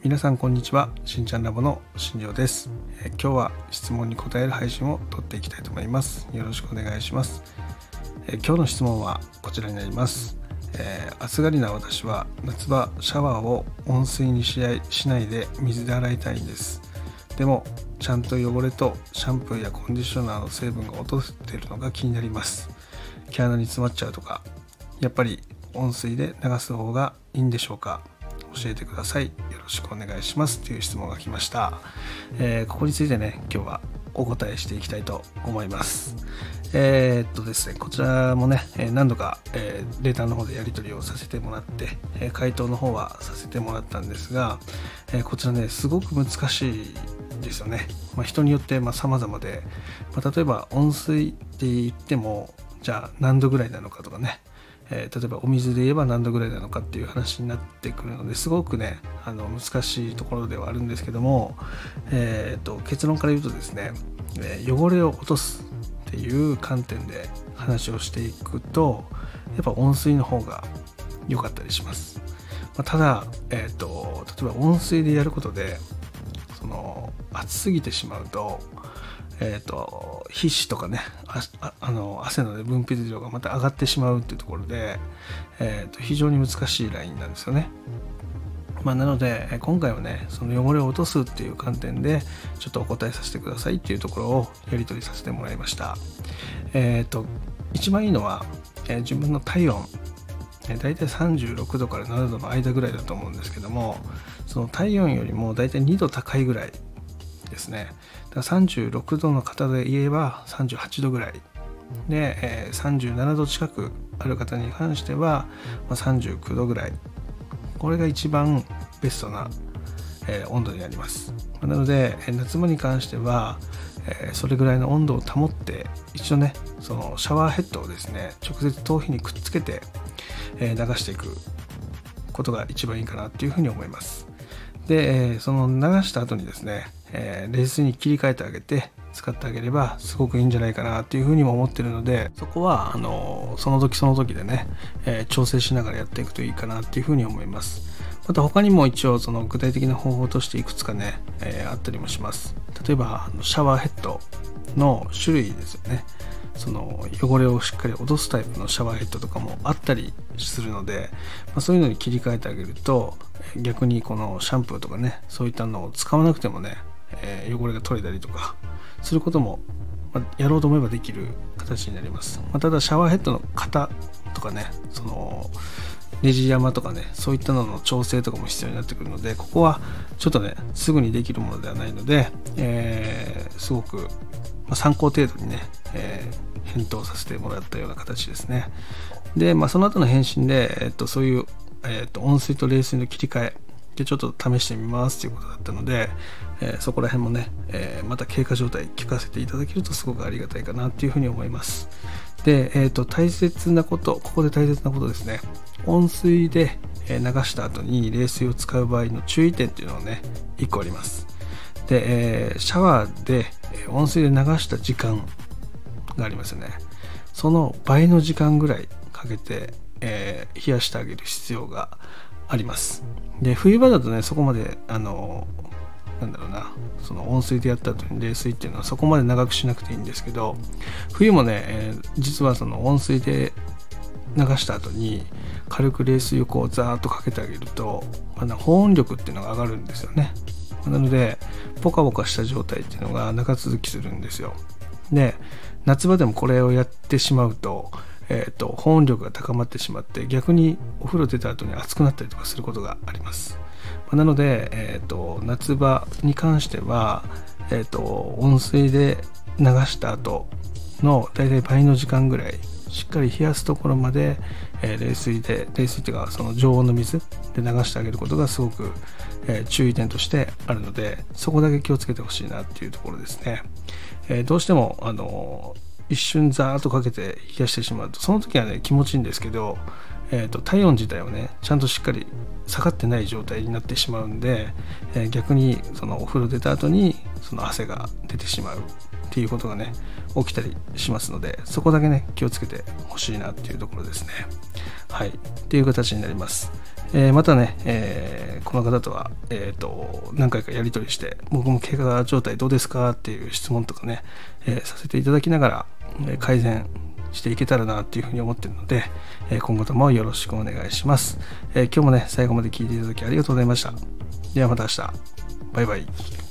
皆さんこんにちは。しんちゃんラボのしんじょうです。今日は質問に答える配信を撮っていきたいと思います。よろしくお願いします。今日の質問はこちらになります。暑がりな私は夏場シャワーを温水にしないで水で洗いたいんです。でもちゃんと汚れとシャンプーやコンディショナーの成分が落とせているのが気になります。毛穴に詰まっちゃうとか、やっぱり温水で流す方がいいんでしょうか。教えてください。よろしくお願いしますという質問が来ました。ここについてね、今日はお答えしていきたいと思います。ですね、こちらもね、何度か、レターの方でやり取りをさせてもらって、回答の方はさせてもらったんですが、こちらね、すごく難しいですよね。人によって様々で、例えば温水って言っても、じゃあ何度ぐらいなのかとかね、例えばお水で言えば何度ぐらいなのかっていう話になってくるので、すごくね難しいところではあるんですけども、結論から言うとですね、汚れを落とすっていう観点で話をしていくと、やっぱ温水の方が良かったりします。ただ、例えば温水でやることで暑すぎてしまうと皮脂とかね、汗の分泌量がまた上がってしまうっていうところで、非常に難しいラインなんですよね。なので今回はね、その汚れを落とすっていう観点でちょっとお答えさせてくださいっていうところをやり取りさせてもらいました。一番いいのは、自分の体温、だいたい36度から7度の間ぐらいだと思うんですけども、その体温よりもだいたい2度高いぐらいですね。だから36度の方で言えば38度ぐらいで、37度近くある方に関しては、39度ぐらい、これが一番ベストな、温度になります。なので夏場に関しては、それぐらいの温度を保って、一応ね、そのシャワーヘッドをですね、直接頭皮にくっつけて、流していくことが一番いいかなっていうふうに思います。で、その流した後にですね、冷水に切り替えてあげて使ってあげればすごくいいんじゃないかなっていうふうにも思ってるので、そこはその時その時でね、調整しながらやっていくといいかなっていうふうに思います。また他にも一応その具体的な方法としていくつかね、あったりもします。例えばシャワーヘッドの種類ですよね。その汚れをしっかり落とすタイプのシャワーヘッドとかもあったりするので、そういうのに切り替えてあげると、逆にこのシャンプーとかね、そういったのを使わなくてもね、汚れが取れたりとかすることも、やろうと思えばできる形になります。ただシャワーヘッドの型とかね、そのネジ山とかね、そういったのの調整とかも必要になってくるので、ここはちょっとねすぐにできるものではないので、すごく参考程度にね、返答させてもらったような形ですね。で、その後の返信で、そういう、温水と冷水の切り替えでちょっと試してみますということだったので、そこら辺もね、また経過状態聞かせていただけるとすごくありがたいかなっていうふうに思います。で、大切なこと、ここで大切なことですね。温水で流した後に冷水を使う場合の注意点っていうのがね、1個あります。で、シャワーで温水で流した時間がありますよね。その倍の時間ぐらいかけて、冷やしてあげる必要があります。で、冬場だとね、そこまでその温水でやった後に冷水っていうのはそこまで長くしなくていいんですけど、冬もね、実はその温水で流した後に軽く冷水をこうザーッとかけてあげると、保温力っていうのが上がるんですよね。なのでポカポカした状態っていうのが長続きするんですよ。で、夏場でもこれをやってしまうと、保温力が高まってしまって、逆にお風呂出た後に熱くなったりとかすることがあります。なので、夏場に関しては、温水で流した後のだいたい倍の時間ぐらいしっかり冷やすところまで、冷水っていうかその常温の水で流してあげることがすごく、注意点としてあるので、そこだけ気をつけてほしいなっていうところですね。どうしても一瞬ザーッとかけて冷やしてしまうと、その時はね気持ちいいんですけど、体温自体はねちゃんとしっかり下がってない状態になってしまうんで、逆にそのお風呂出た後にその汗が出てしまうっていうことがね起きたりしますので、そこだけね気をつけてほしいなっていうところですね。はい、っていう形になります。 またね、この方とは、何回かやり取りして、僕も怪我状態どうですかっていう質問とかね、させていただきながら、改善していけたらなっていうふうに思っているので、今後ともよろしくお願いします。今日もね、最後まで聞いていただきありがとうございました。ではまた明日。バイバイ。